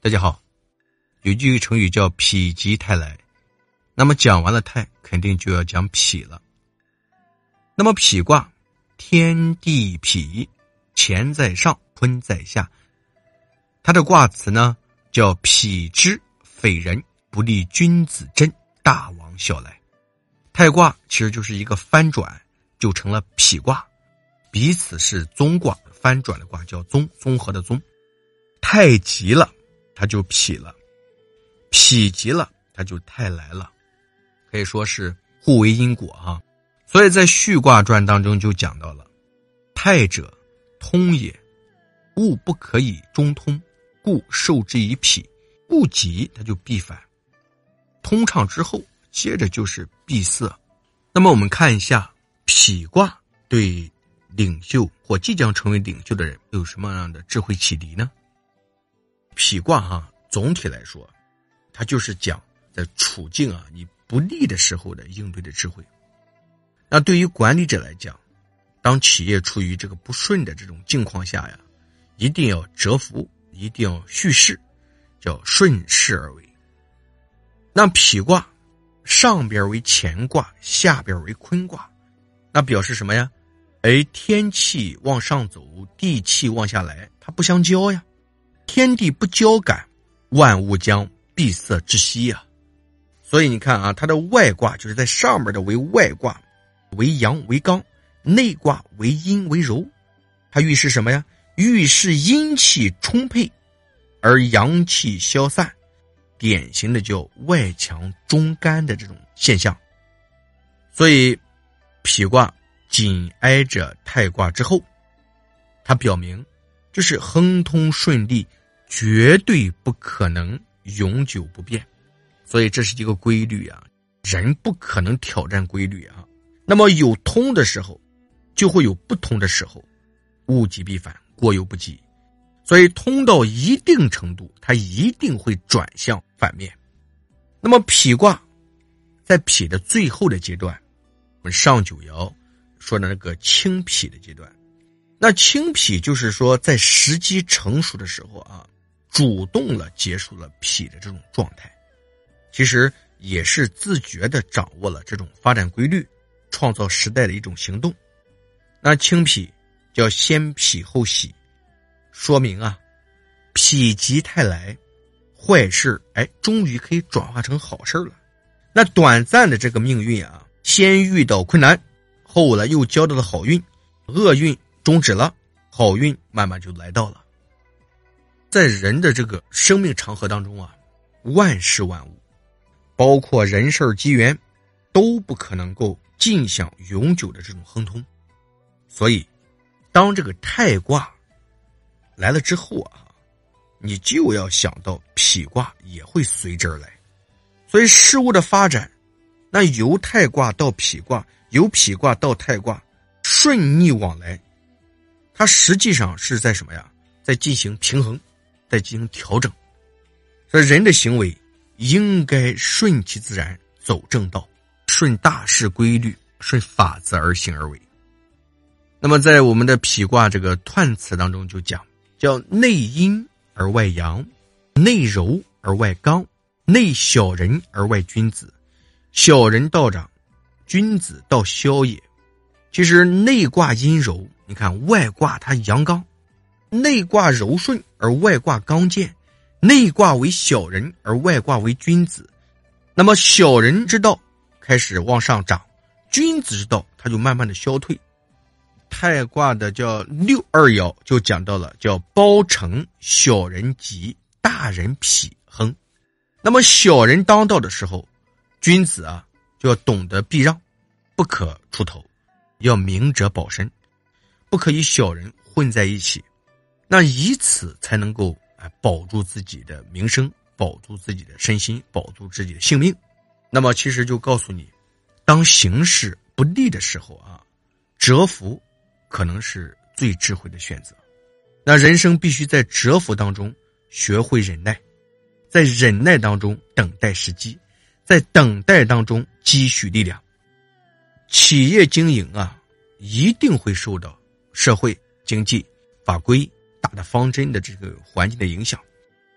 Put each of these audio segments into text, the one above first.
大家好，有句成语叫否极泰来，那么讲完了泰，肯定就要讲否了。那么否卦，天地否，乾在上，坤在下。它的卦辞呢叫否之，匪人，不利君子贞，大往小来。泰卦其实就是一个翻转，就成了否卦，彼此是综卦，翻转的卦叫综，综合的综。太极了它就否了，否极了它就泰来了，可以说是互为因果哈。所以在序卦传当中就讲到了，泰者通也，物不可以中通，故受之以否，物极它就必反。通畅之后接着就是闭塞。那么我们看一下否卦对领袖或即将成为领袖的人有什么样的智慧启迪呢？否卦总体来说它就是讲在处境你不利的时候的应对的智慧。那对于管理者来讲，当企业处于这个不顺的这种境况下一定要折服，一定要蓄势，叫顺势而为。那否卦上边为乾卦，下边为坤卦，那表示什么呀？天气往上走，地气往下来，它不相交呀。天地不交感，万物将闭塞窒息呀。所以你看它的外卦就是在上面的为外卦，为阳为刚，内卦为阴为柔。它预示什么呀？预示阴气充沛而阳气消散，典型的叫外强中干的这种现象。所以否卦紧挨着泰卦之后，它表明这是亨通顺利，绝对不可能永久不变。所以这是一个规律人不可能挑战规律那么有通的时候就会有不通的时候，物极必反，过犹不及。所以通到一定程度它一定会转向反面。那么否卦在否的最后的阶段，我们上九爻说的那个清否的阶段，那清否就是说在时机成熟的时候主动了结束了否的这种状态，其实也是自觉地掌握了这种发展规律，创造时代的一种行动。那清否叫先否后喜，说明否极泰来，坏事终于可以转化成好事了。那短暂的这个命运先遇到困难，后来又交到了好运，厄运终止了，好运慢慢就来到了。在人的这个生命长河当中万事万物包括人事机缘都不可能够尽享永久的这种亨通。所以当这个泰卦来了之后你就要想到否卦也会随之而来。所以事物的发展，那由泰卦到否卦，由否卦到泰卦，顺逆往来，它实际上是在什么呀？在进行平衡，在进行调整。所以人的行为应该顺其自然，走正道，顺大势规律，顺法则而行而为。那么在我们的否卦这个彖辞当中就讲，叫内阴而外阳，内柔而外刚，内小人而外君子，小人道长，君子道消也。其实内卦阴柔，你看外卦它阳刚，内卦柔顺而外卦刚健，内卦为小人而外卦为君子。那么小人之道开始往上涨，君子之道它就慢慢的消退。泰卦的叫六二爻就讲到了，叫包成，小人吉，大人否亨。那么小人当道的时候，君子就要懂得避让，不可出头，要明哲保身，不可与小人混在一起，那以此才能够保住自己的名声，保住自己的身心，保住自己的性命。那么其实就告诉你，当形势不利的时候折服可能是最智慧的选择。那人生必须在折服当中学会忍耐，在忍耐当中等待时机，在等待当中积蓄力量。企业经营一定会受到社会经济法规大的方针的这个环境的影响，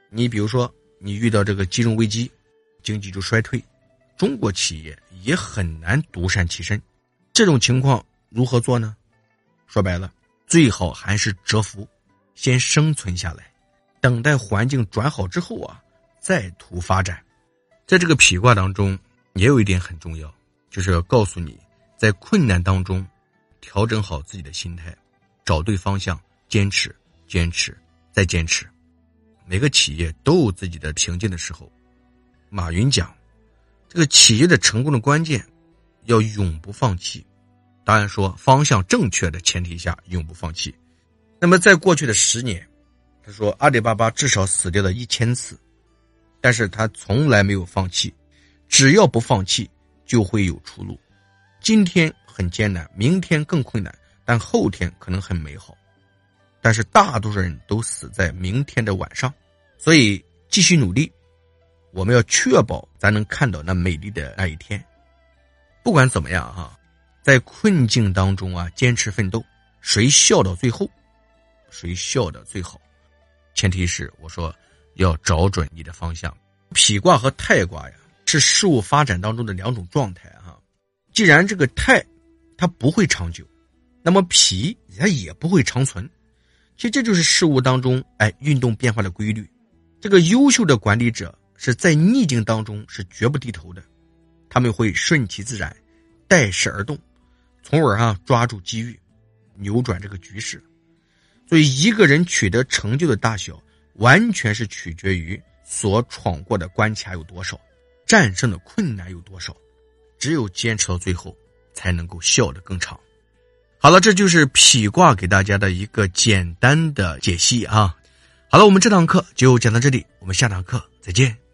你比如说你遇到这个金融危机，经济就衰退，中国企业也很难独善其身。这种情况如何做呢？说白了，最好还是蛰伏，先生存下来，等待环境转好之后再图发展。在这个否卦当中也有一点很重要，就是要告诉你，在困难当中调整好自己的心态，找对方向，坚持坚持再坚持。每个企业都有自己的瓶颈的时候。马云讲，这个企业的成功的关键要永不放弃，当然说方向正确的前提下永不放弃。那么在过去的10年，他说阿里巴巴至少死掉了1000次，但是他从来没有放弃，只要不放弃就会有出路。今天很艰难，明天更困难，但后天可能很美好。但是大多数人都死在明天的晚上，所以继续努力，我们要确保咱能看到那美丽的那一天。不管怎么样在困境当中坚持奋斗，谁笑到最后谁笑得最好。前提是我说要找准你的方向。否卦和泰卦是事物发展当中的2种状态既然这个泰它不会长久，那么否它也不会长存。其实这就是事物当中运动变化的规律。这个优秀的管理者是在逆境当中是绝不低头的，他们会顺其自然，待势而动，从而抓住机遇，扭转这个局势。所以一个人取得成就的大小，完全是取决于所闯过的关卡有多少，战胜的困难有多少。只有坚持到最后，才能够笑得更长。好了，这就是否卦给大家的一个简单的解析好了，我们这堂课就讲到这里，我们下堂课再见。